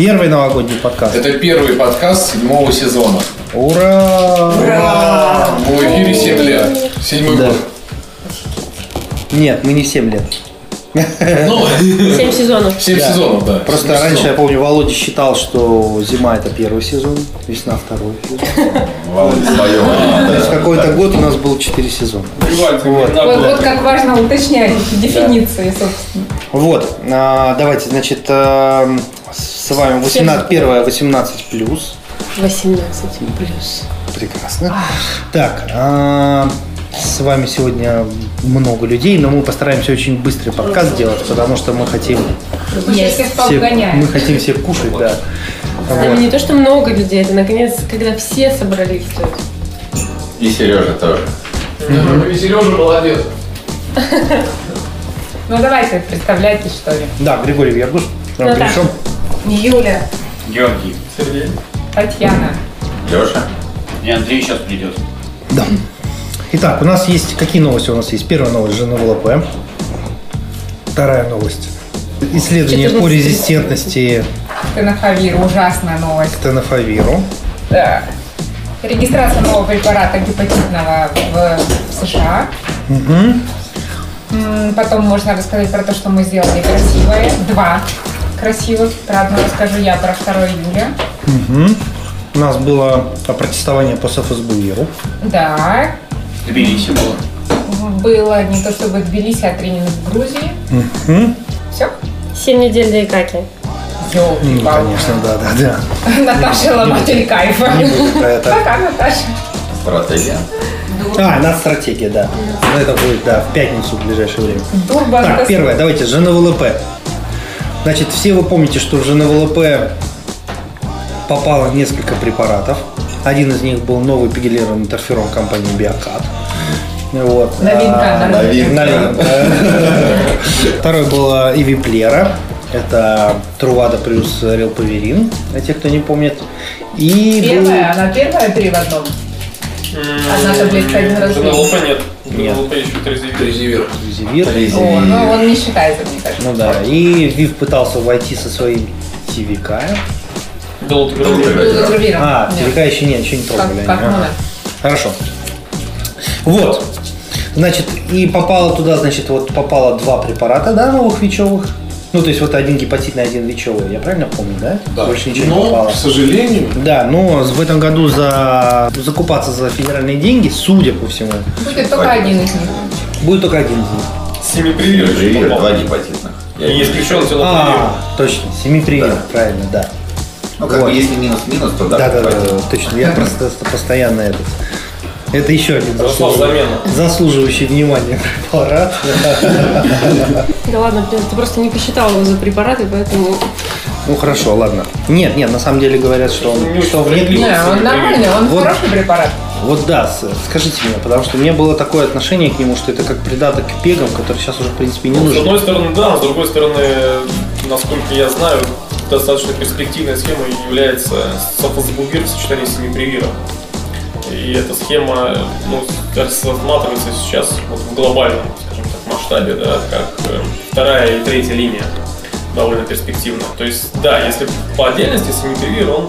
Первый новогодний подкаст. Это первый подкаст 7-го сезона. Ура! Ура! В эфире 7 лет. 7-й год. Нет, мы не 7 лет. 7 сезонов. 7 сезонов, да. Просто раньше, я помню, Володя считал, что зима это первый сезон, весна второй сезон. То есть какой-то год у нас был 4 сезона. Вот как важно уточнять эти дефиниции, собственно. Вот, давайте, значит, с вами 18 плюс. 18 плюс. Прекрасно. Так, с вами сегодня много людей, но мы постараемся очень быстрый подкаст сделать, потому что мы хотим всех кушать, да. Вот. Не то, что много людей, это наконец, когда все собрались тут. И Сережа тоже. И Сережа молодец. Ну давайте, представляйте, что ли. Да, Григорий Вергуш. Пришел. Юля, Георгий. Сергей. Татьяна. Леша. И Андрей сейчас придет. Да. Итак, у нас есть, какие новости у нас есть? Первая новость – ЖНВЛП. Вторая новость – исследование по резистентности Тенофовиру, ужасная новость. к тенофовиру. Да. Регистрация нового препарата гепатитного в США. Потом можно рассказать про то, что мы сделали красивое. 2 красивых. Про одно расскажу я, про 2 июля. У нас было протестование по СФСБ-виру. Да. В Тбилиси было. Было не то чтобы в Тбилиси, а тренинг в Грузии. Все? 7 недель до Икаки. Конечно, да. Наташа ломатель кайфа. Не буду про это. Пока, Наташа. Стратегия. Надстратегия, да. Но это будет, да, в пятницу в ближайшее время. Дурбан. Так, первое, давайте, ЖНВЛП. Значит, все вы помните, что в ЖНВЛП попало несколько препаратов. Один из них был новый пегилированный интерферон компании Биокат. Вот. Новинка. Второй была Ивиплера. Это Трувада плюс Релпаверин, для тех, кто не помнит. И Первая, она первая 3 в одном. Одна таблетка один раз. ЖНВЛП нет. Нет. ЖНВЛП еще Резивир. Резивир. О, ну он не считается, мне кажется. Ну да. И Вив пытался войти со своим ТВК. Долутагравир. ТВК еще нет, еще не трогали. Как номер. Хорошо. Вот. Значит, и попало туда, попало 2 препарата, да, новых ВИЧевых. Ну, то есть вот один гепатитный, один ВИЧевый. Я правильно помню, да? Да. Больше ничего не Но, попало. к сожалению, Да, но в этом году закупаться за федеральные деньги, судя по всему, Будет только один из них. будет только один из них. Прививер, 2 Семипрививер. гепатитных. И исключен телопрививер. Точно, семипрививер, Да. правильно, да. Ну, как Вот. бы, если минус-минус, то да. Да, гепатит. точно. Я просто постоянно этот. Это еще один Замена. заслуживающий внимания препарат. Да ладно, ты просто не посчитал его за препараты, поэтому... Ну хорошо, ладно. Нет, на самом деле говорят, что он нет. Не, он нормальный, он Вот. хороший препарат. Вот да, скажите мне, потому что у меня было такое отношение к нему, что это как придаток к пегам, который сейчас уже в принципе не С нужен. одной стороны, да, с другой стороны, насколько я знаю, достаточно перспективной схемой является СФСБ-вир в сочетании с семипривиром. И эта схема рассматривается сейчас вот в глобальном, скажем так, масштабе, да, как 2-я и 3-я линия довольно перспективно. То есть, да, если по отдельности семипривир, он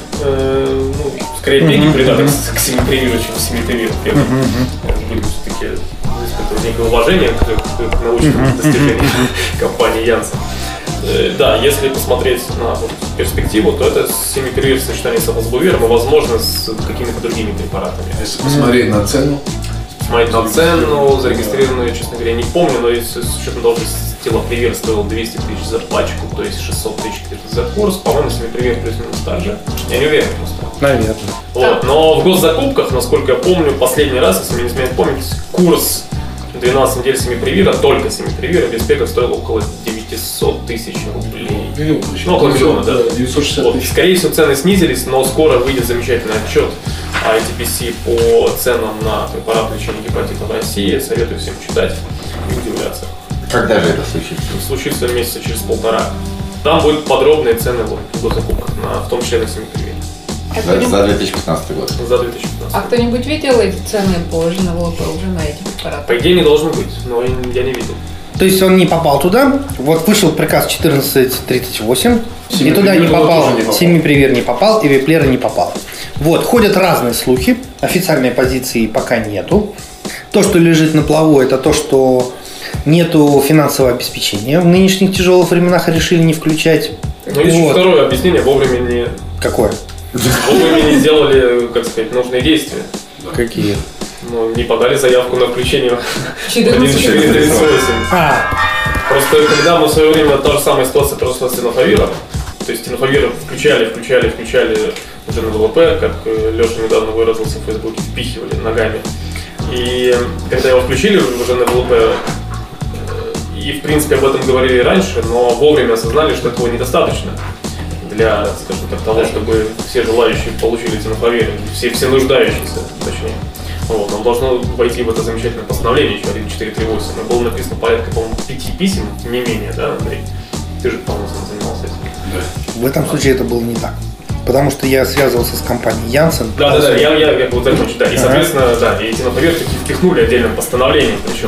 скорее пеги придаток к семипривиру, чем к семипривиру. Будет все-таки несколько некое уважение к научным достижениям компании Janssen. Да, если посмотреть на перспективу, то это семипривир в сочетании с СФСБ-виром и, возможно, с какими-то другими препаратами. если посмотреть на цену, Смотреть на цену, зарегистрированную, честно говоря, не помню, но с учетом того, что телопривир стоил 200 тысяч за пачку, то есть 600 тысяч за курс, по-моему, семипривир плюс-минус так же. Я не уверен просто. Наверное. Вот. Но в госзакупках, насколько я помню, последний раз, если мне не изменяет память, курс 12 недель семипривира, только семипривира, без пегов стоил около 900 тысяч рублей. Ну, около миллиона, да. 960 Вот. тысяч. Скорее всего, цены снизились, но скоро выйдет замечательный отчет ITPC по ценам на препарат лечения гепатита в России. Советую всем читать и удивляться. Когда же это случится? Случится месяца через 1,5. Там будут подробные цены в госзакупках, в том числе на семипривир. За 2015 год. За 2015. А кто-нибудь видел эти цены по ЖНВЛП уже на эти препараты? По идее не должно быть, но я не видел. То есть он не попал туда. Вот вышел приказ 1438, и туда не попал, семипривер не попал, и Виплера не попал. Вот, ходят разные слухи, официальной позиции пока нету. То, что лежит на плаву, это то, что нету финансового обеспечения. В нынешних тяжелых временах решили не включать. Но есть еще второе объяснение, вовремя не... Какое? Вовремя не сделали, как сказать, нужные действия. Какие? Ну, не подали заявку на включение 1438. Просто когда мы в свое время, та же самая ситуация произошла с Тинофавиром, то есть Тинофавир включали уже на ВЛП, как Леша недавно выразился в Фейсбуке, впихивали ногами. И когда его включили уже на ВЛП, и в принципе об этом говорили раньше, но вовремя осознали, что этого недостаточно для, скажем так, того, чтобы все желающие получили Тинофавир, все нуждающиеся, точнее. Вот, нам должно войти в это замечательное постановление еще 1438. Но было написано порядка, по-моему, 5 писем, не менее, да, Андрей? Ты же, по-моему, занимался этим. Да. В этом случае это было не так. Потому что я связывался с компанией Janssen. Да, я вот закончу, да. И, соответственно, да, и Тинофавир таки впихнули отдельным постановлением, причем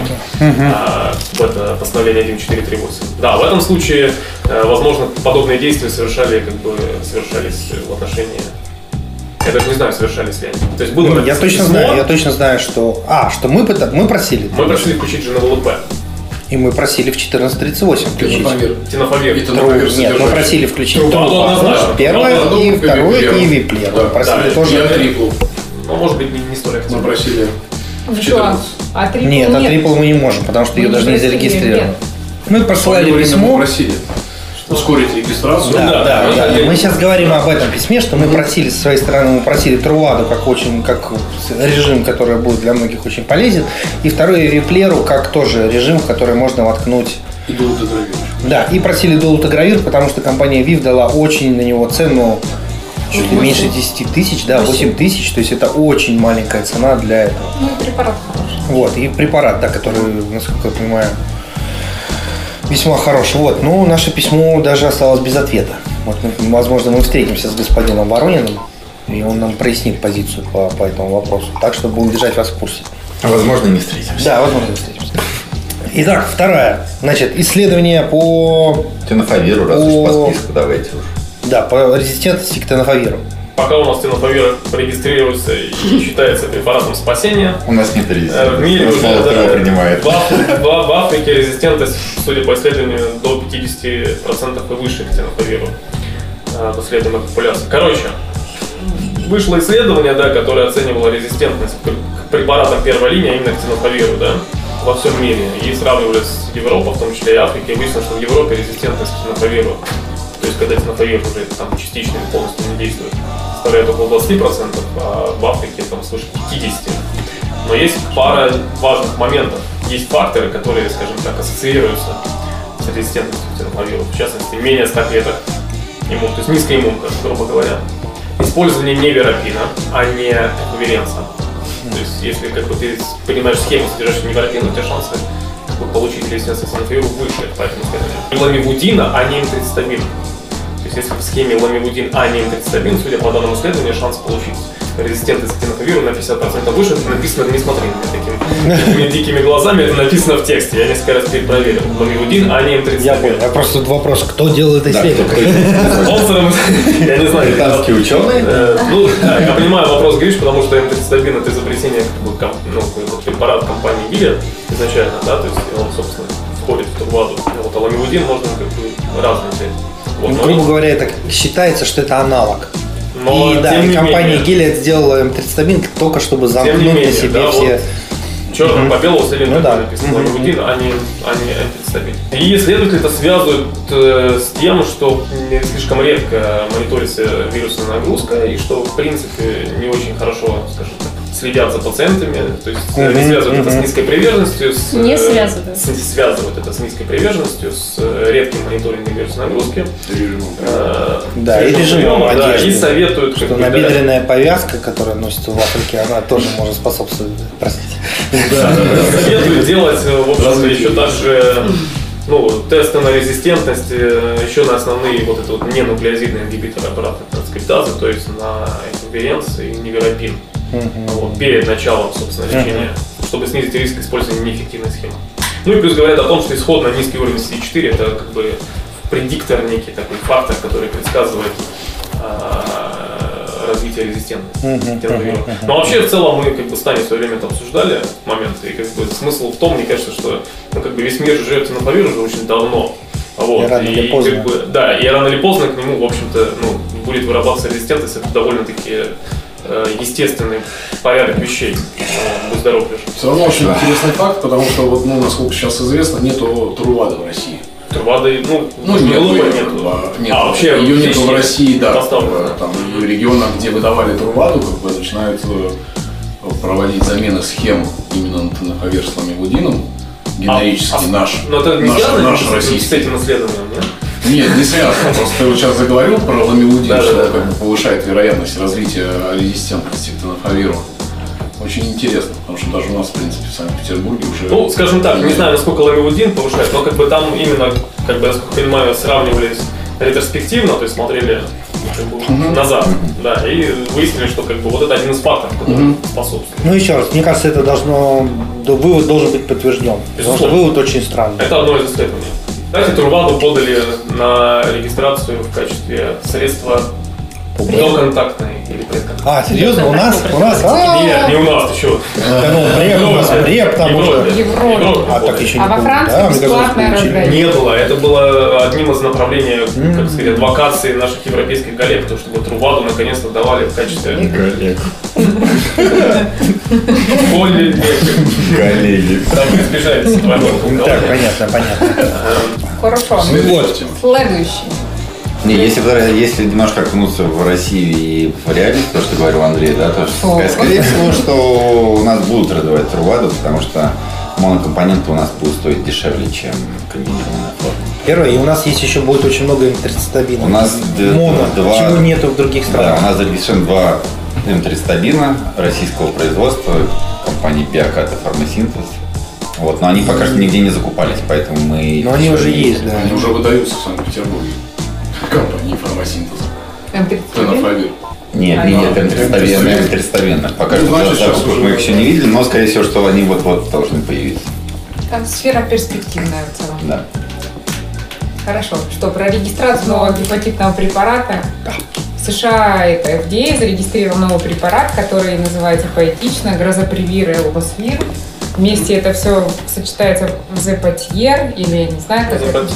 в это постановление 1438. Да, в этом случае, возможно, подобные действия совершались в отношении... Я даже не знаю, совершались ли они. То есть было я точно знаю, что мы просили. Мы просили включить же на ВЛП. И мы просили в 1438 включить. Тинофавир. Нет, мы просили включить первое и второе и Виплер. Мы просили тоже. Ну, может быть, не столь активно. Мы просили в 14. А трипл нет, а трипл мы не можем, потому что ее даже не зарегистрировали. Мы посылали письмо. Ускорить регистрацию. Да. Мы сейчас говорим об этом письме, что мы просили с своей стороны, мы просили Труаду как режим, который будет для многих очень полезен, и второе Виплеру как тоже режим, в который можно воткнуть. И долутогравир. Да, и просили долутогравир, потому что компания Вив дала очень на него цену чуть ли меньше 10 тысяч, да, 8 тысяч, то есть это очень маленькая цена для этого. Ну и препарат хороший. Вот, и препарат, да, который, насколько я понимаю, весьма хороший. Вот, но наше письмо даже осталось без ответа. Вот, возможно, мы встретимся с господином Ворониным, и он нам прояснит позицию по этому вопросу. Так что будем держать вас в курсе. А возможно, не встретимся. Да, возможно, не встретимся. Итак, второе. Значит, исследование по... Тинофавиру, раз уж по списку, давайте уже. Да, по резистентности к тинофавиру. Пока у нас Тинофавир регистрируется и считается препаратом спасения. У нас нет резистентности. В мире уже принимает. В Африке резистентность, судя по исследованию, до 50% и выше к Тинофавиру в исследуемой популяции. Короче, вышло исследование, да, которое оценивало резистентность к препаратам первой линии, а именно к Тинофавиру, да, во всем мире. И сравнивали с Европой, в том числе и Африкой, и выяснилось, что в Европе резистентность к Тинофавиру, то есть когда Тинофавир уже там частично или полностью не действует, составляет около 20%, а в Африке там свыше 50%. Но есть пара важных моментов. Есть факторы, которые, скажем так, ассоциируются с резистентностью к Тинофавиру. В частности, менее 100 клеток иммун, то есть низкая иммунка, грубо говоря. Использование не верапина, а не эквивиренса. То есть, если как бы, ты понимаешь схему, содержащую неверапин, у тебя шансы как бы, получить резистентность к Тинофавиру выше, поэтому сказать. Ламивудина, а не имтрицитабин. То есть, если в схеме ламивудин, а не имтрицитабин, судя по данному исследованию, шанс получить резистентность к Тинофавиру на 50% выше. Это написано, не смотри на меня такими дикими глазами, это написано в тексте. Я несколько раз перепроверил. Ламивудин, а не имтрицитабин. Я понял. Просто тут вопрос, кто делал это исследование? Спонсором, я не знаю. Британские ученые? Ну, да, я понимаю вопрос, Гриш, потому что имтрицитабин — это изобретение, препарат компании Gilead изначально, да, то есть он, собственно, входит в Труаду. Вот, а ламивудин можно как бы разный взять. Вот, грубо говоря, это считается, что это аналог. Но, и да, и компания Gilead сделала имтрицитабин только чтобы замкнуть на себе да, все... Вот, черным по белому все написано ламивудин, а не имтрицитабин. И исследователи это связывают с тем, что слишком редко мониторится вирусная нагрузка и что, в принципе, не очень хорошо, скажем так, следят за пациентами, то есть они связывают это с низкой приверженностью, связывают это с низкой приверженностью, с редким мониторингом вирусной нагрузки, да, и режимом одежды, и советуют, что набедренная повязка, которая носится в Африке, она тоже может способствовать, простите. Да, советуют делать, в общем-то, еще даже тесты на резистентность еще на основные вот это вот ненуклеозидные ингибиторы аппаратной транскриптазы, то есть на эквивиренс и неверапин. Вот, перед началом, собственно, лечения, чтобы снизить риск использования неэффективной схемы. Ну и плюс говорят о том, что исходно низкий уровень CD4 это как бы предиктор, некий такой фактор, который предсказывает развитие резистентности. Но вообще в целом мы как бы с Таней в свое время это обсуждали момент, и как бы смысл в том, мне кажется, что как бы весь мир живет теннофовир уже очень давно. Вот. И рано или поздно. Как бы, да, и рано или поздно к нему, в общем-то, будет вырабатываться резистентность, это довольно-таки естественный порядок вещей. Будь здоров, Леша. Все равно очень интересный факт, потому что, вот, насколько сейчас известно, нету Трувады в России. Трувады, нету. Нет, вообще ее нету в России, да. Поставлено. Там в регионах, где выдавали Труваду, как бы начинают проводить замены схем именно на теннофовир с ламивудином. Генерически наш. Но это не связано с российский. этим исследованием, нет? Нет, не связано. Просто ты вот сейчас заговорил про ламивудин, что как бы повышает вероятность развития резистентности к теннофовиру. Очень интересно, потому что даже у нас, в принципе, в Санкт-Петербурге уже... Ну, скажем так, не знаю, насколько ламивудин повышает, но как бы там именно, как бы, насколько я понимаю, сравнивались ретроспективно, то есть смотрели как бы, назад, да, и выяснили, что как бы вот это один из факторов, который способствует. Ну еще раз, мне кажется, это вывод должен быть подтвержден. Потому что вывод очень странный. Это одно из исследований. Кстати, Труваду подали на регистрацию в качестве средства доконтактной или предконтактной. Серьезно? У нас? Нет, не у нас, ты что? ПрЕП там уже. В Европе. Так еще А во Франции бесплатное раздача. Не было. Это было одним из направлений, как сказать, адвокации наших европейских коллег, то, чтобы Труваду наконец-то давали в качестве... Коллеги. Да, вы сближаетесь. Так, понятно. Хорошо. Следующий. Не, если немножко окунуться в Россию и в реальность, то, что говорил Андрей, да, то скорее всего, что у нас будут развивать Труваду, потому что монокомпоненты у нас будут стоить дешевле, чем комбинированная форма. Первое, и у нас есть еще будет очень много эмтрицетабина. У нас чего нету в других странах. Да, у нас зарегистрировано 2 эмтрицетабина российского производства, компании Биокат и Фармасинтез. Вот, но они пока что нигде не закупались, поэтому мы... Но они уже есть, да. Они уже выдаются в Санкт-Петербурге. Компании Фармасинтез. Теннофовир. Нет, эмтрицетабина. Пока что мы их еще не видели, но скорее всего, что они вот-вот должны появиться. Там сфера перспективная в целом. Да. Хорошо. Что, про регистрацию нового гепатитного препарата? В США это FDA зарегистрировал новый препарат, который называется поэтично грозапривир и элбасвир. Вместе это все сочетается в Зепатьер, или я не знаю, как это.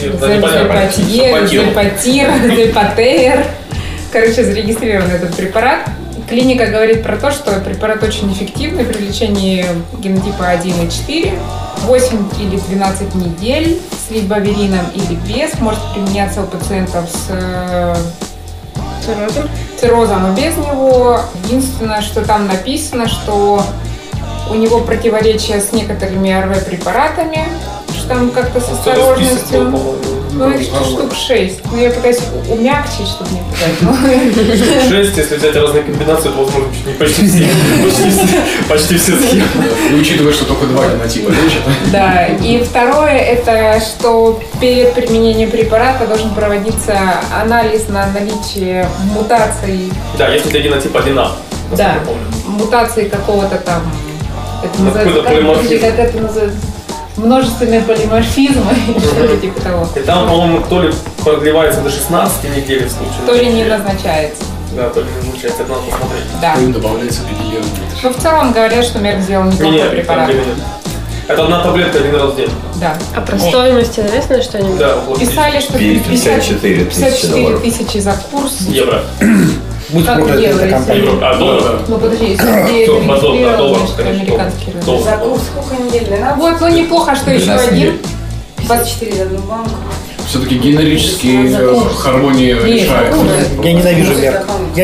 Зепатер. Короче, зарегистрирован этот препарат. Клиника говорит про то, что препарат очень эффективный при лечении генотипа 1 и 4. 8 или 12 недель с рибавирином или без. Может применяться у пациентов с циррозом и без него. Единственное, что там написано, что у него противоречие с некоторыми ОРВ-препаратами, что там как-то с осторожностью. Ну, их штук 6. Ну, я пытаюсь умягчить, чтобы не пытать. 6, если взять разные комбинации, то, возможно, чуть не почти все схемы. И учитывая, что только 2 генотипа лечат. Да, и второе, это что перед применением препарата должен проводиться анализ на наличие мутаций. Да, если у тебя генотип 1А. Да, мутации какого-то там. Это называется, как это называется? Множественные полиморфизмы или что-то типа того. И там, по-моему, то ли продлевается до 16 недель в случае. То ли не назначается. Да, то ли не назначается, это надо посмотреть. Да. Им добавляется пигелирование. Но в целом говорят, что Мерк сделал неплохой препарат. Это одна таблетка 1 раз в день. Да. А про стоимость известно что-нибудь? Да, писали, что 54 тысячи за курс. Евро. Будь проклята эта компания. А доллар? Ну подожди, если зарегистрировано, доллар, что конечно, американский рынок. доллар. За курс сколько недель? 12? Вот, ну неплохо, что еще 12 один. недель. 24 за одну банку. Все-таки генерические хармонии решают. Я ненавижу Мерк.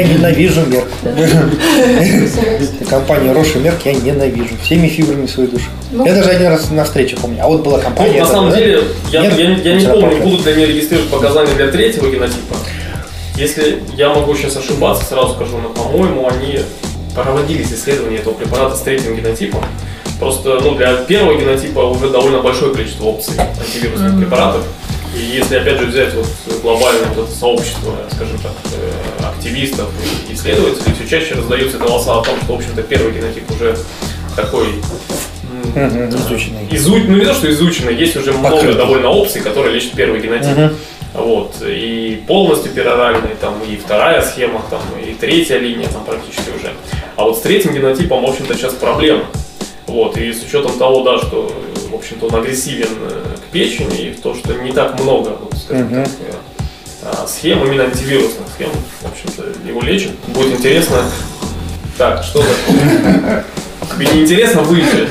Компания Рош и Мерк я ненавижу. Всеми фибрами своей души. Я даже один раз на встрече помню. А вот была компания. На самом деле, я не помню, будут ли они регистрировать показания для 3-го генотипа. Если я могу сейчас ошибаться, сразу скажу, но, по-моему, они проводились исследования этого препарата с 3-м генотипом. Просто для 1-го генотипа уже довольно большое количество опций антивирусных препаратов. И если, опять же, взять глобальное это сообщество, скажем так, активистов и исследователей, все чаще раздаются голоса о том, что, в общем-то, 1-й генотип уже такой Изученный. Ну не то, что изученный, есть уже много довольно опций, которые лечат первый генотип. Вот. И полностью пероральный, там, и вторая схема, там, и третья линия там практически уже. А вот с третьим генотипом, в общем-то, сейчас проблема. Вот. И с учетом того, да, что, в общем-то, он агрессивен к печени, и то, что не так много, вот, скажем так, схем, именно антивирусных схем, в общем-то, его лечат. Будет интересно. Так, что за... Тебе не интересно, выйти.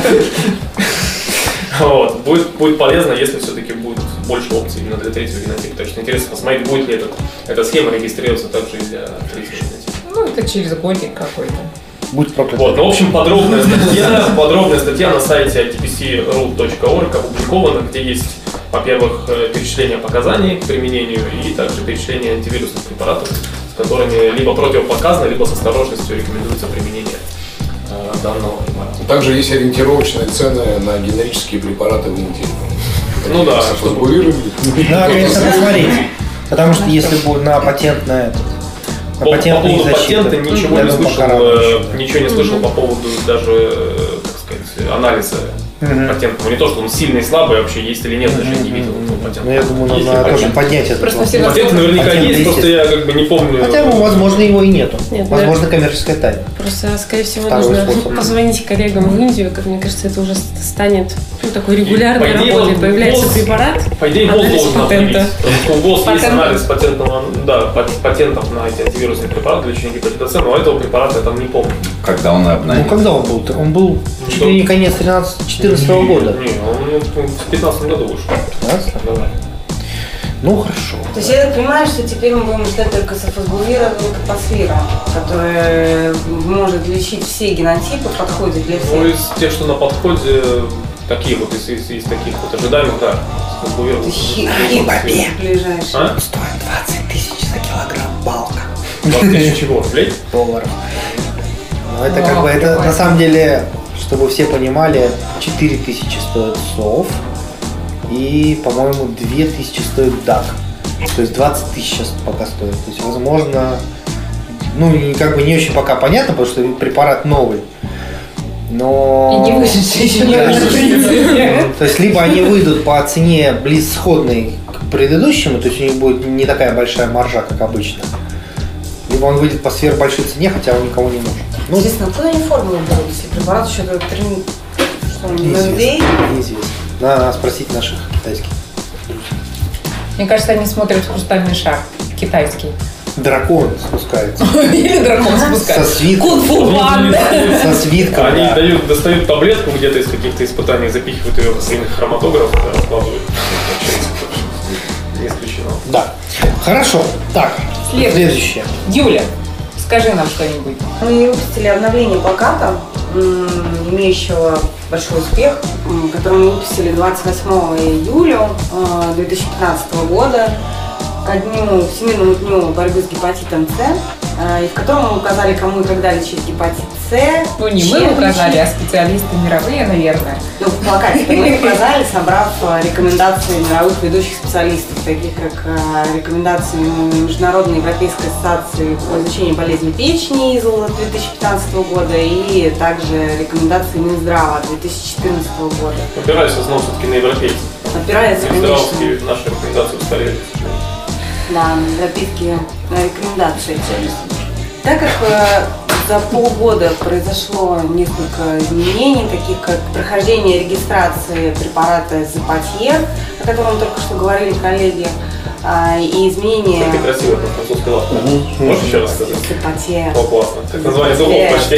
Вот. Будет полезно, если все-таки будет больше опций именно для третьего генотипа. Так что интересно посмотреть, будет ли эта схема регистрироваться также и для третьего генотипа. Ну, это через годик какой-то. Будет проклят. Вот, ну, в общем, подробная статья на сайте itpcroot.org опубликована, где есть, во-первых, перечисление показаний к применению и также перечисление антивирусных препаратов, с которыми либо противопоказано, либо с осторожностью рекомендуется применение данного препарата. Также есть ориентировочные цены на генерические препараты в Индии. Ну да, да, конечно, посмотреть. Потому что если будет на патентное... По поводу патента ничего не слышал по поводу даже, так сказать, анализа патентного. Не то, что он сильный и слабый, вообще есть или нет, даже не видел этого патента. Ну, я думаю, надо тоже поднять это. Патент наверняка есть, просто я как бы не помню. Хотя, возможно, его и нету. Возможно, коммерческая тайна. Просто, скорее всего, нужно позвонить коллегам в Индию, как мне кажется, это уже станет такой регулярной работой. Появляется препарат, по идее, ВОЗ должен патента. У ВОЗ есть анализ патентов на эти антивирусные препараты для лечения гепатита С, но этого препарата я там не помню. Когда он обновился? Ну, когда он был? Он был чуть ли не конец 2014 года. Не, он в 2015 году вышел. 15? Давай. Ну, хорошо. То есть я так понимаю, что теперь мы будем ждать только софосбувированную капосферу, которая может лечить все генотипы, подходит для всех. Ну, из тех, что на подходе, такие вот, из таких вот ожидаемых, да, ближайший. Стоит 20 тысяч за килограмм балка. 20 тысяч чего? Рублей? Долларов. Ну, это как бы, это на самом деле, чтобы все понимали, 4000 стоит сов и, по-моему, 2000 стоит дак. То есть 20 тысяч сейчас пока стоит. То есть, возможно, ну, и как бы не очень пока понятно, потому что препарат новый. Но... И не вышедший еще не вышедший. То есть, либо они выйдут по цене близсходной к предыдущему, то есть у них будет не такая большая маржа, как обычно. Либо он выйдет по сверхбольшой цене, хотя он никому не нужен. Ну, интересно, откуда они формулу берут, если препарат еще до 3... Неизвестно. Надо спросить наших китайских друзей. Мне кажется, они смотрят в хрустальный шар китайский. Дракон спускается. Или дракон спускается. Со свитком. Кунг-фу панда. Со свитком. Они достают таблетку где-то из каких-то испытаний, запихивают ее в своих хроматограф, раскладывают. Не исключено. Да. Хорошо. Так, следующее. Юля, скажи нам что-нибудь. Мы выпустили обновление плаката, имеющего большой успех, который мы выпустили 28 июля 2015 года, ко дню, Всемирному дню борьбы с гепатитом С, и в котором мы указали, кому и когда лечить гепатит С. Ну, не мы указали, а специалисты мировые, наверное. Ну, в плакате мы указали, собрав рекомендации мировых ведущих специалистов, таких как рекомендации Международной Европейской ассоциации по изучению болезней печени из 2015 года и также рекомендации Минздрава 2014 года. Опираюсь в основном все-таки на европейцев. Опирается, конечно. Минздравские наши рекомендации устарели. Да, европейские рекомендации. Так как за полгода произошло несколько изменений, таких как прохождение регистрации препарата Запатьер, о котором только что говорили коллеги, и изменение... Ты красиво на французской лавке. Можешь еще раз сказать? Запатьер. О, классно. Как название зубов почти.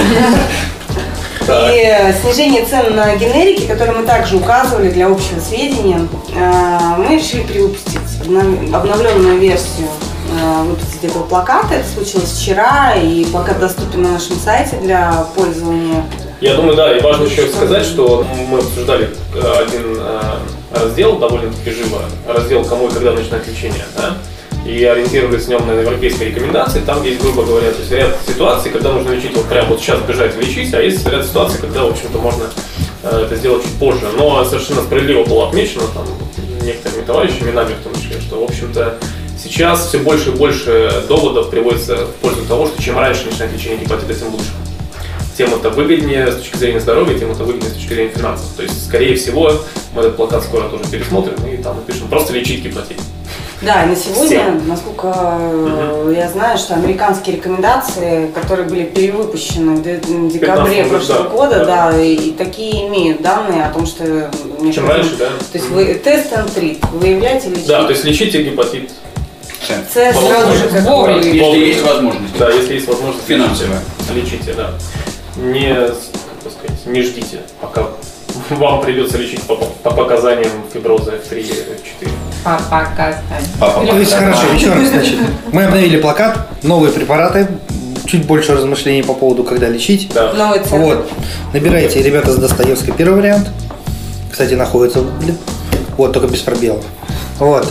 И снижение цен на генерики, которые мы также указывали для общего сведения, мы решили перевыпустить обновленную версию, выпустить этого плаката. Это случилось вчера, и плакат доступен на нашем сайте для пользования. Я думаю, да, и важно еще сказать, что мы обсуждали один раздел довольно-таки живо, раздел «Кому и когда начинать лечение», да? И ориентировались в нем на европейские рекомендации. Там есть, грубо говоря, то есть ряд ситуаций, когда нужно лечить вот прямо вот сейчас бежать и лечить, а есть ряд ситуаций, когда, в общем-то, можно это сделать чуть позже. Но совершенно справедливо было отмечено там некоторыми товарищами, нами в том числе, что, в общем-то, сейчас все больше и больше доводов приводится в пользу того, что чем раньше начинать лечение гепатита, тем лучше. тем это выгоднее с точки зрения здоровья, тем это выгоднее с точки зрения финансов. То есть, скорее всего, мы этот плакат скоро тоже пересмотрим и там напишем просто лечить гепатит. Да, и на сегодня, насколько я знаю, что американские рекомендации, которые были перевыпущены в декабре прошлого года, да, и такие имеют данные о том, что... Чем раньше, да. То есть вы тест and treat, выявляете, лечите. Да, то есть лечите гепатит С сразу же как вовремя. Если есть возможность. Да, если есть возможность. Финансовая. Лечите, да. Не, как сказать, не ждите, пока вам придется лечить по показаниям фиброза F3 или F4. По показаниям. То есть, хорошо, еще раз, значит, мы обновили плакат, новые препараты, чуть больше размышлений по поводу, когда лечить. Да. Новый центр. Вот, набирайте, ребята, с Достоевской первый вариант. Кстати, находится в Гугле. Вот, только без пробелов. Вот,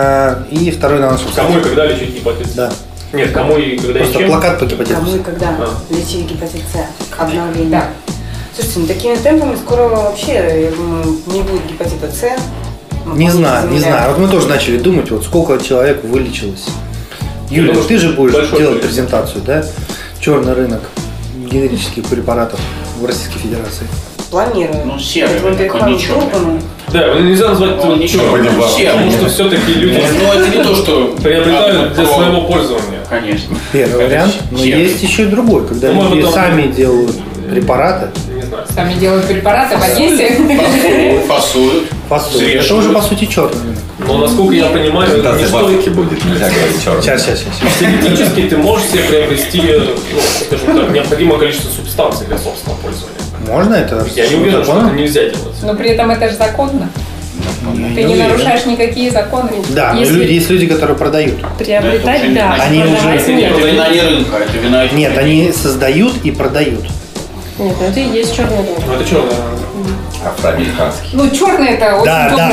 и второй на нашем сайте. Кому и когда лечить гепатит? Да. Нет, кому и когда Просто и чем? плакат по гепатиту. Кому и когда лечили гепатит С, обновление. Да. Слушайте, ну такими темпами скоро вообще, я думаю, не будет гепатита С. Не знаю. Вот мы тоже начали думать, вот сколько человек вылечилось. Юля, думаю, ты же будешь большое делать количество. презентацию, да? Черный рынок генерических препаратов в Российской Федерации. Планирую. Ну, серый Это вот рынок, я он не хожу черный. в группу, Да, нельзя назвать Он не черным, черный, потому что все-таки люди Ну, это не то, что... приобретают для своего пользования. Конечно. Первый вариант, но серый. есть еще и другой, когда Ну, мы люди потом- сами делают препараты, Не знаю. Сами делают препараты в Одессе. Фасуют. фасуют. Это Взвешивают. уже по сути черный рынок. Но насколько я понимаю, Когда не в стоит. Африке будет, нельзя говорить черный. Сейчас. Теоретически ты можешь себе приобрести, ну, скажем так, необходимое количество субстанций для собственного пользования. Можно это? Я не уверен, что законно? это нельзя делать. Но при этом это же законно. Ты не уверен. нарушаешь никакие законы. Да, но Если- есть люди, которые продают. Приобретать, да. Они продавать уже- нет. Это вина не рынка, это вина... Нет, они создают и продают. Нет, ну это и есть черный рынок. Ну это черное. Афроамериканский. Ну, черный это очень Да,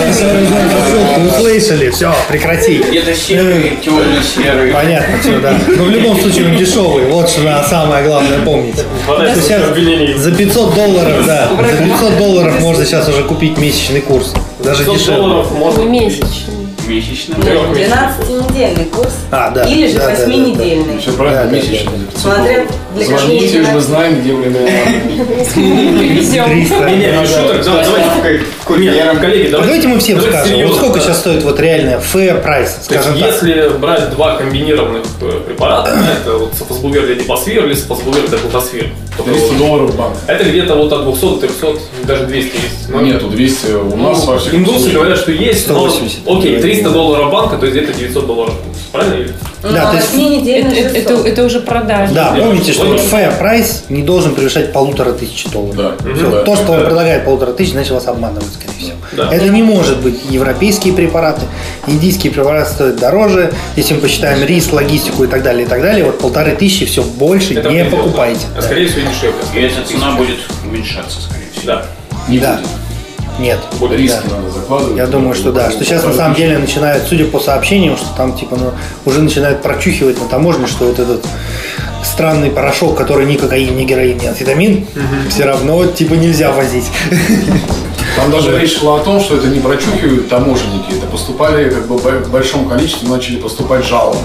вы услышали, все, прекрати. Это серый, темно-серый. Понятно, все, да. Но в любом случае он дешевый, вот что надо самое главное помнить. Хватает Что сейчас обвинений. за $500, да, за $500 можно сейчас уже купить месячный курс. Даже $500 дешевле. можно Не купить. месячный. Месячный. 12-недельный курс. А, да. Или же Да, да, 8-недельный. Все правильно, Да, да, месячный. Смотря для Звоните, каких мы знаем, где времена. Привезем. 300. Не, без шуток, давайте. Нет, коллеги, Давайте мы всем давайте скажем, вот серьезно. сколько сейчас стоит вот реальная fair price, То есть, скажем так. если брать два комбинированных препарата, да, это вот сафосбувер для дипосфер или сафосбувер для глутосфер, то $300 банк. это где-то вот от 200 до 300, даже 200 есть. Но Нету 200 у нас во всех индусы случаях. говорят, что есть, но 180. окей, $300 банка, то есть где-то $900. Правильно? Или? Да, то есть- 8-недельный Это уже продажа. Да, Я помните, что вот понял. fair price не должен превышать $1500. Да. Всё, Да. то, что он предлагает $1500, значит вас обманывают, скорее всего. Да. Это не может быть европейские препараты, индийские препараты стоят дороже. Если мы посчитаем риск, логистику и так далее, вот 1500, все больше Это не предел, покупайте. да. А скорее всего дешевле. И эта цена будет уменьшаться, скорее всего. Да. Не Да. будет. Нет. Риски Да. надо закладывать. Я думаю, что да. Что сейчас на самом деле начинают, судя по сообщениям, что там типа уже начинают прочухивать на таможне, что вот этот странный порошок, который ни кокаин, ни героин, ни амфетамин, все равно типа нельзя возить. Там даже речь шла о том, что это не прочухивают таможенники, это поступали как бы в большом количестве, начали поступать жалобы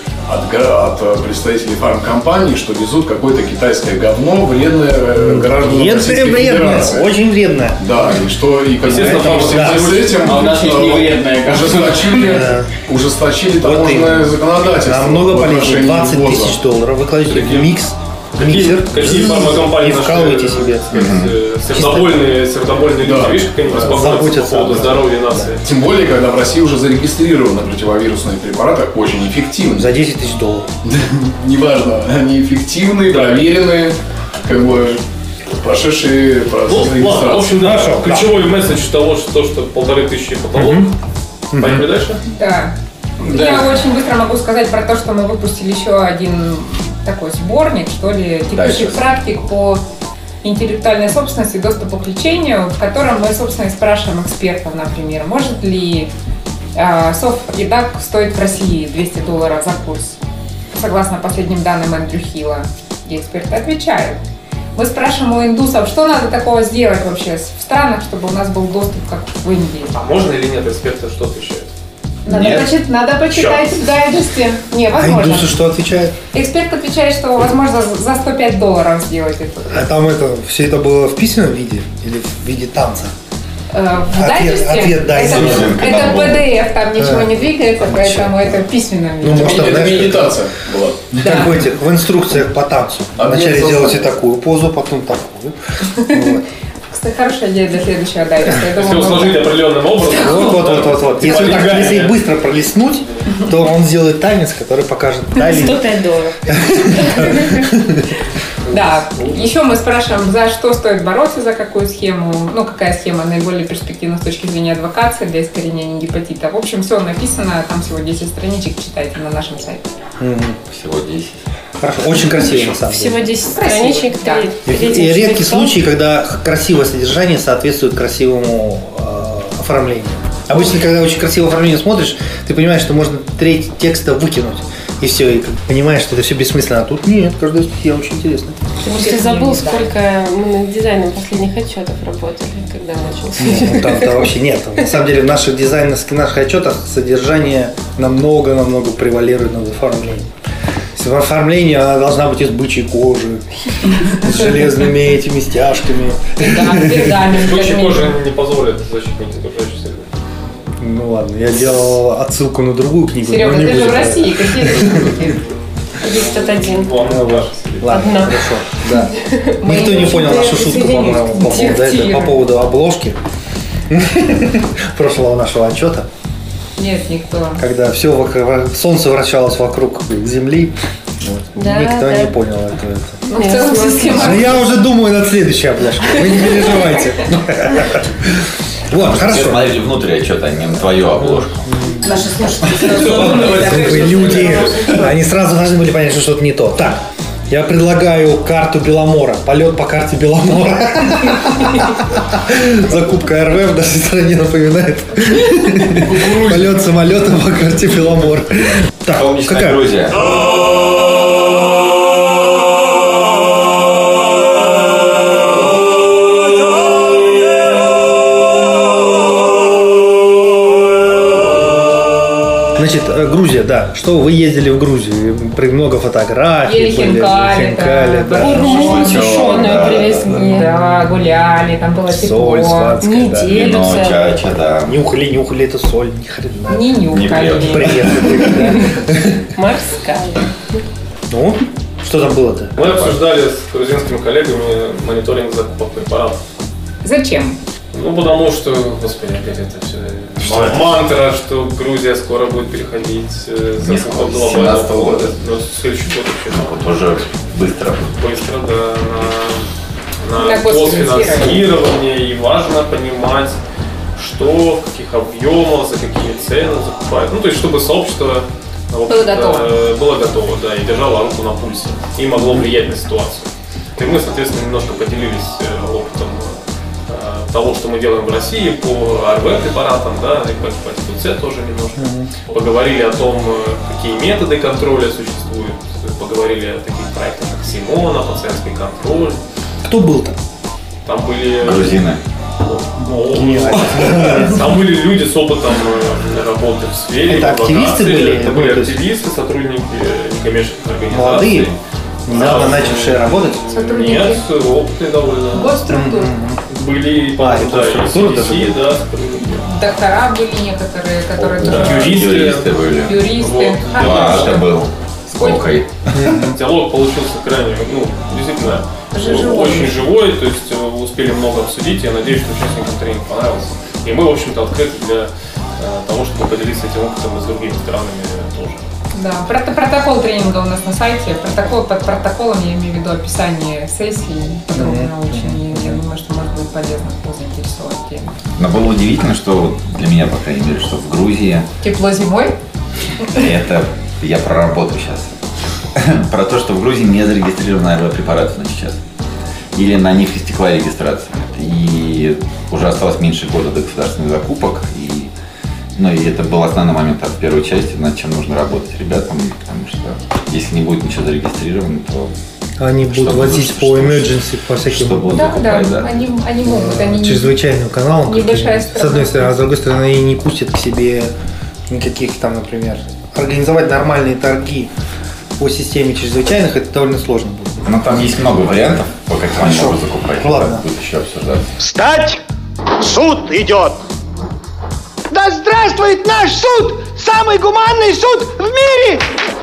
от представителей фармкомпаний, что везут какое-то китайское говно, вредное гражданам Российской Федерации. Очень вредная. Да, и что и как бы Естественно, в связи да. с этим А у нас есть невредное говно. ужесточили Вот таможенное именно. законодательство. Намного в полезнее. отношении $20 ввоза. тысяч вы кладете в миксер, Какие фармакомпании и вкалываете себе. сердобольные люди, Да. видишь, как они Да. беспокоятся по Заботятся поводу об этом. здоровья нации. Тем более, когда в России уже зарегистрированы противовирусные препараты, очень эффективные. За $10 тысяч. Неважно, они эффективные, Да. проверенные, как бы прошедшие процесс Ну, ладно, в регистрации. общем, да, Хорошо, ключевой месседж того, что 1500 потолок. Поехали дальше? Да. Да. Я очень быстро могу сказать про то, что мы выпустили еще один такой сборник, что ли, текущих сейчас. практик по интеллектуальной собственности и доступу к лечению, в котором мы, собственно, и спрашиваем экспертов, например, может ли софт-редак стоить в России $200 за курс, согласно последним данным Эндрю Хилла. И эксперты отвечают. Мы спрашиваем у индусов, что надо такого сделать вообще в странах, чтобы у нас был доступ, как в Индии. А можно или нет, эксперты что отвечают? Надо почитать в дайджесте. А Невозможно. индусы что отвечают? Эксперт отвечает, что возможно за $105 сделать это. А там все это было в письменном виде или в виде танца? В дайджесте ответ, да, это PDF, там ничего не двигается, вообще. поэтому это в письменном виде. Ну, может, там, Это знаешь, медитация была. как в инструкциях по танцу. Вначале делайте такую позу, потом такую. Вот. Кстати, хорошая идея для следующего дайджеста. Я Если думаю, усложнить определенным образом. Вот. Если быстро пролистнуть, то он сделает танец, который покажет $105. Да. Еще мы спрашиваем, за что стоит бороться, за какую схему, ну, какая схема наиболее перспективна с точки зрения адвокации для искоренения гепатита. В общем, все написано, там всего 10 страничек, читайте на нашем сайте. Всего 10. Хорошо, очень красиво на самом деле. Всего 10 страничек. Да. И редкий случай, когда красивое содержание соответствует красивому оформлению. Обычно, когда очень красивое оформление смотришь, ты понимаешь, что можно треть текста выкинуть. И все, и понимаешь, что это все бессмысленно. А тут нет, каждая статья очень интересная. Ты просто забыл, сколько мы над дизайном последних отчетов работали, когда начался. Ну, там вообще нет. На самом деле в наших наших отчетах содержание намного превалирует над оформлением. В оформлении она должна быть из бычьей кожи, с железными этими стяжками. Да, пергамент. Бычья кожа не позволит защитники окружающей среды. Ну ладно, я делал отсылку на другую книгу. Серега, но не ты же будем в России, какие защитники? Есть тут один. Ладно, хорошо. Да. Никто не понял нашу шутку, по-моему, по поводу обложки прошлого нашего отчета. Нет, никто. Когда все солнце вращалось вокруг Земли, Да, никто да. не понял это. Ну, в целом система. А я уже думаю над следующей обложкой. Вы не переживайте. Вот, хорошо. Смотрели внутрь отчета, а не на твою обложку. Наши слушатели. Глупые люди. Они сразу должны были понять, что что-то не то. Так, я предлагаю карту Беломора. Полет по карте Беломора. Закупка РВ в нашей стране напоминает полет самолета по карте Беломора. Так, Солнечная какая? Грузия. Значит, Грузия, да. Что вы ездили в Грузию? Много фотографий. Ели хинкали, да. Урму сушеную привезли. Да, гуляли, там было Соль тепло. сладкая, да. Неделю Вино, целую. чача, да. Нюхали эту соль, ни хрена. Не нюхали. Привет. Морская. Ну, что там было-то? Мы обсуждали с грузинскими коллегами мониторинг закупок препаратов. Зачем? Ну, потому что, господи, опять это все мантра, что Грузия скоро будет переходить Не закупок скоро, с 17-го года. Но следующий год вообще Вот уже быстро. быстро, да, на На госфинансирование. И важно понимать, что, в каких объемах, за какие цены закупают. Ну, то есть, чтобы сообщество Было готово, да, и держало руку на пульсе. И могло влиять на ситуацию. И мы, соответственно, немножко поделились опытом того, что мы делаем в России по АРВ-препаратам, да, и по гепатиту С тоже немножко. Поговорили о том, какие методы контроля существуют, поговорили о таких проектах, как Симона, пациентский контроль. Кто был там? Там были... Грузины. Там были люди с опытом работы в сфере. Это активисты адвокации. были? Это были Ну, то есть активисты, сотрудники некоммерческих организаций. Молодые, недавно начавшие работать? Сотрудники Нет, опытные довольно. госструктур. Были, и по-моему, да, и госструктуры даже CDC, были? да, сотрудники. Доктора были некоторые, которые Да. тоже... Юристы были. Юристы. Вот. Да, это был. Сколько? Диалог получился крайне, действительно, Живой. очень живой, то есть успели много обсудить, я надеюсь, что участникам тренинга понравился. И мы, в общем-то, открыты для того, чтобы поделиться этим опытом и с другими странами тоже. Да, протокол тренинга у нас на сайте. Под протоколом я имею в виду описание сессии, подробно очень. Я думаю, что может быть полезно, кто заинтересован темой. Но было удивительно, что для меня, по крайней мере, что в Грузии Тепло зимой? это я про работу сейчас. Про то, что в Грузии не зарегистрированы АРВ-препараты на сейчас. Или на них истекла регистрация. И уже осталось меньше года до государственных закупок. И это был основной момент от первой части, над чем нужно работать ребятам. Потому что если не будет ничего зарегистрировано, то... Они будут возить по emergency, по всяким Да, они могут. Они чрезвычайным каналам. Небольшая С одной стороны, а с другой стороны, они не пустят к себе никаких там, например, организовать нормальные торги по системе чрезвычайных, это довольно сложно будет. Но там есть много вариантов, по каким они могут закупать. Ладно. Будет еще обсуждаться. Встать! Суд идет! Да здравствует наш суд! Самый гуманный суд в мире!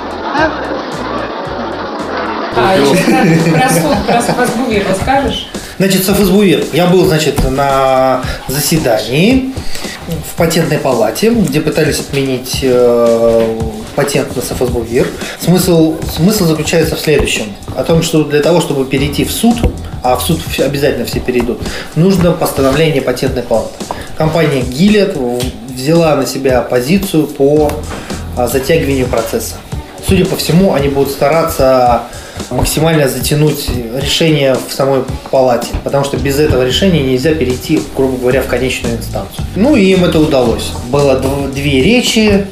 Еще про суд, про СФСБУИР расскажешь? Значит, СФСБУИР. Я был, значит, на заседании в патентной палате, где пытались отменить патент на СФСБУИР. Смысл заключается в следующем. О том, что для того, чтобы перейти в суд, а в суд обязательно все перейдут, нужно постановление патентной палаты. Компания Gilead взяла на себя позицию по затягиванию процесса. Судя по всему, они будут стараться максимально затянуть решение в самой палате, потому что без этого решения нельзя перейти, грубо говоря, в конечную инстанцию. Ну и им это удалось. Было две речи.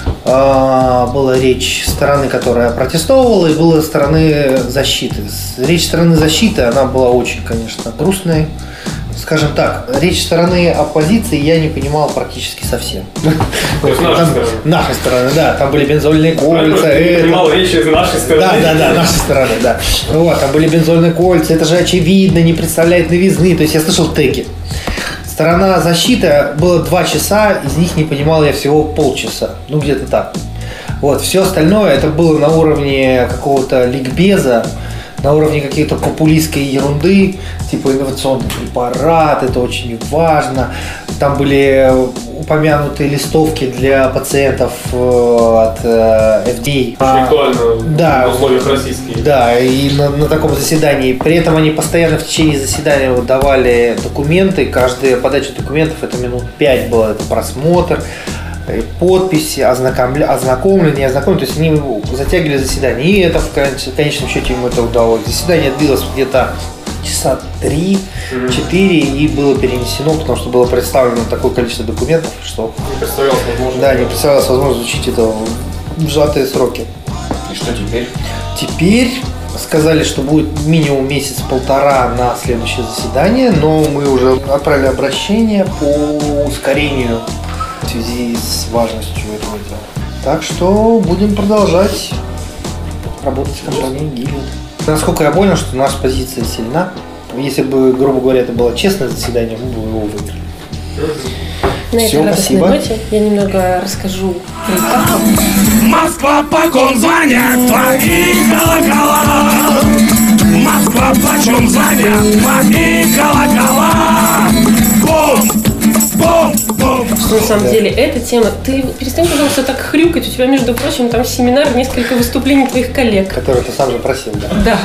Была речь стороны, которая протестовала, и была стороны защиты. Речь стороны защиты, она была очень, конечно, грустной. Скажем так, речь стороны оппозиции я не понимал практически совсем. Нашей стороны, да. Там были бензольные кольца. Я понимал речь из нашей стороны. Да, нашей стороны, да. Вот, там были бензольные кольца, это же очевидно, не представляет новизны. То есть я слышал теги. Сторона защиты было 2 часа, из них не понимал я всего полчаса. Ну, где-то так. Вот, все остальное это было на уровне какого-то ликбеза, на уровне какой-то популистской ерунды, типа инновационный препарат, это очень важно. Там были упомянуты листовки для пациентов от FDA. Очень актуально да, в условиях российских. Да, и на таком заседании. При этом они постоянно в течение заседания выдавали документы. Каждая подача документов это минут 5 было, это просмотр, подписи, ознакомление. То есть они затягивали заседание. И это в конечном счете им это удалось. Заседание длилось где-то часа 3-4 и было перенесено, потому что было представлено такое количество документов, что не представлялось возможность. Да, не представлялось возможность изучить это в сжатые сроки. И что теперь? Теперь сказали, что будет минимум месяц-полтора на следующее заседание, но мы уже отправили обращение по ускорению в связи с важностью этого дела. Так что будем продолжать работать с компанией Gilead. Насколько я понял, что наша позиция сильна. Если бы, грубо говоря, это было честное заседание, мы бы его выиграли. На этой радостной ноте я немного расскажу. Москва, по ком звонят твои колокола? Москва, почем звонят твои колокола? Бум! Бум! На самом деле, эта тема... Ты перестань, пожалуйста, так хрюкать. У тебя, между прочим, там семинар, несколько выступлений твоих коллег. Которые ты сам же просил, да? Да.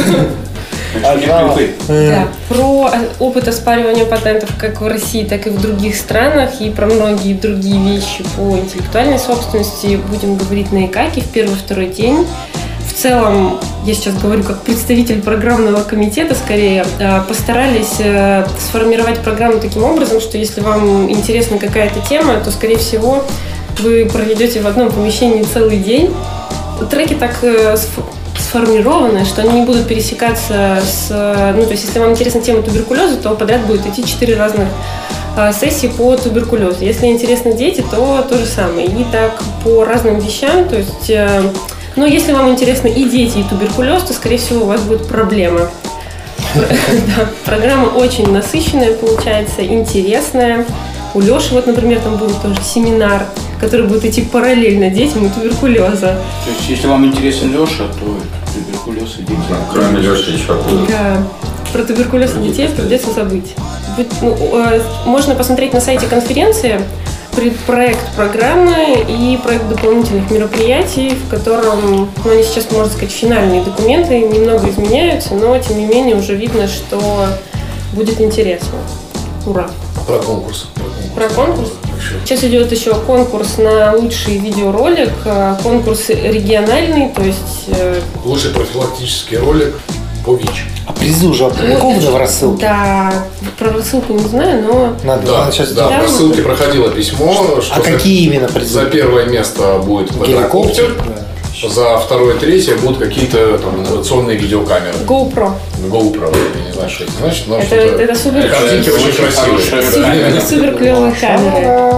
Да, про опыт оспаривания патентов как в России, так и в других странах, и про многие другие вещи по интеллектуальной собственности будем говорить на ИКАКе в первый-второй день. В целом, я сейчас говорю как представитель программного комитета, скорее, постарались сформировать программу таким образом, что если вам интересна какая-то тема, то, скорее всего, вы проведете в одном помещении целый день. Треки так сформированы, что они не будут пересекаться с... Ну, то есть, если вам интересна тема туберкулеза, то подряд будет идти 4 разных сессии по туберкулезу. Если интересны дети, то то же самое. И так по разным вещам, то есть... Но если вам интересны и дети, и туберкулез, то, скорее всего, у вас будет проблема. Программа очень насыщенная получается, интересная. У Леши, вот, например, там будет тоже семинар, который будет идти параллельно детям и туберкулеза. То есть, если вам интересен Леша, то туберкулез и дети. Кроме Леши еще будут. Да. Про туберкулез и детей придется забыть. Можно посмотреть на сайте конференции предпроект программы и проект дополнительных мероприятий, в котором, они сейчас, можно сказать, финальные документы, немного изменяются, но, тем не менее, уже видно, что будет интересно. Ура! Про конкурс. Про конкурс? Сейчас идет еще конкурс на лучший видеоролик, конкурс региональный, то есть... Лучший профилактический ролик по ВИЧ. А призы уже опубликованы в рассылке? Да, про рассылку не знаю, но... Да, в рассылке проходило письмо, что какие именно призы? За первое место будет квадрокоптер, за второе, третье будут какие-то там инновационные видеокамеры. GoPro, я не знаю, что это значит, но это супер. Картинки очень красивые. Супер клевые камеры.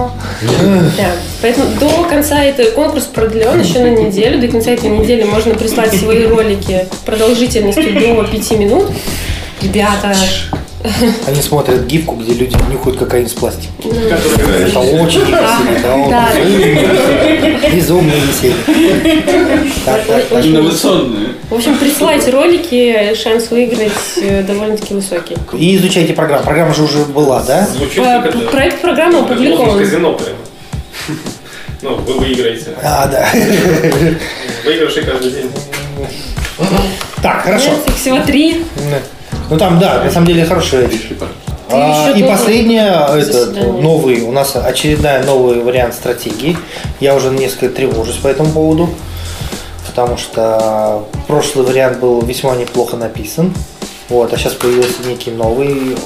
Да. Поэтому до конца этого конкурс продлен еще на неделю. До конца этой недели можно прислать свои ролики продолжительностью до 5 минут. Ребята, Они смотрят гифку, где люди нюхают кокаин с пластика. Которые Это очень весело. да. Безумно весело. Инновационные. В общем, присылайте ролики, шанс выиграть довольно-таки высокий. И изучайте программу. Программа же уже была, да? звучит как это. Проект программы Как опубликован. казино прям. Ну, вы выиграете. А, да. Выигрыши каждый день. Так, хорошо. Нет, их всего 3. Ну там, да, на самом деле хорошая вещь. еще И должен последнее, заседание. новый, у нас очередная новый вариант стратегии. Я уже несколько тревожусь по этому поводу, потому что прошлый вариант был весьма неплохо написан. Вот, а сейчас появился некий новый.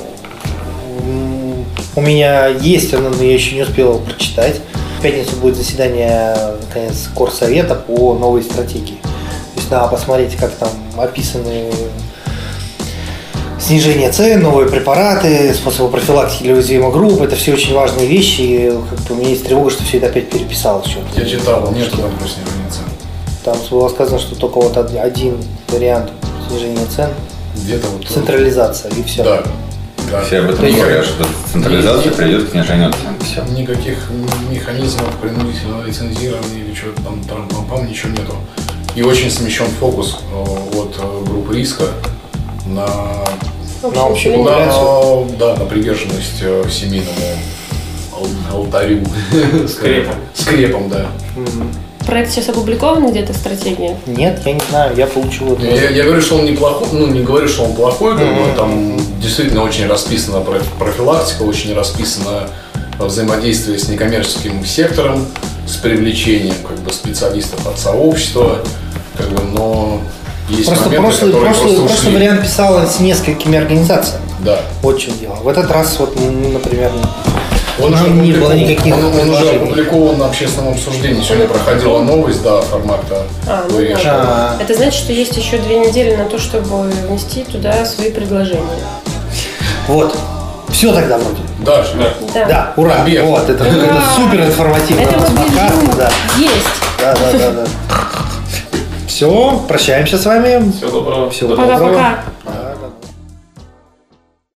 У меня есть он, но я еще не успел его прочитать. В пятницу будет заседание, наконец, Корсовета по новой стратегии. То есть надо посмотреть, как там описаны снижение цен, новые препараты, способы профилактики для уязвимых групп. Это все очень важные вещи. И как бы, у меня есть тревога, что все это опять переписалось. Я читал, нету там про снижение цен. Там было сказано, что только вот один вариант снижения цен. Где-то вот... Централизация, и все. Да. Да. Все об этом говорят, что централизация приведет к снижению цен. Все. Никаких механизмов принудительного лицензирования или чего-то там, там ничего нету. И очень смещен фокус от групп риска на общую популяцию. на приверженность семейному алтарю. Скрепом. Скрепом, да. Проект сейчас опубликован где-то, стратегия? Нет, я не знаю, я получил это. Я говорю, что он неплохой, ну не говорю, что он плохой, как бы, там действительно очень расписана профилактика, очень расписано взаимодействие с некоммерческим сектором, с привлечением как бы специалистов от сообщества, как бы, но есть Просто моменты, которые прошлый ушли. вариант писалось несколькими организациями. Да. Вот в чем дело. В этот раз, вот, например, Он уже не было никаких он уже предложений. опубликован на общественном обсуждении. Сегодня проходила новость, да, формата Ну ВР. да. Это значит, что есть еще 2 недели на то, чтобы внести туда свои предложения. Вот. Все тогда вроде. Да, Да. Да, ура. Побег. Вот, это супер информативно. Это вот Да. есть. Да. Все, прощаемся с вами. Всего доброго. Всего доброго. Пока-пока.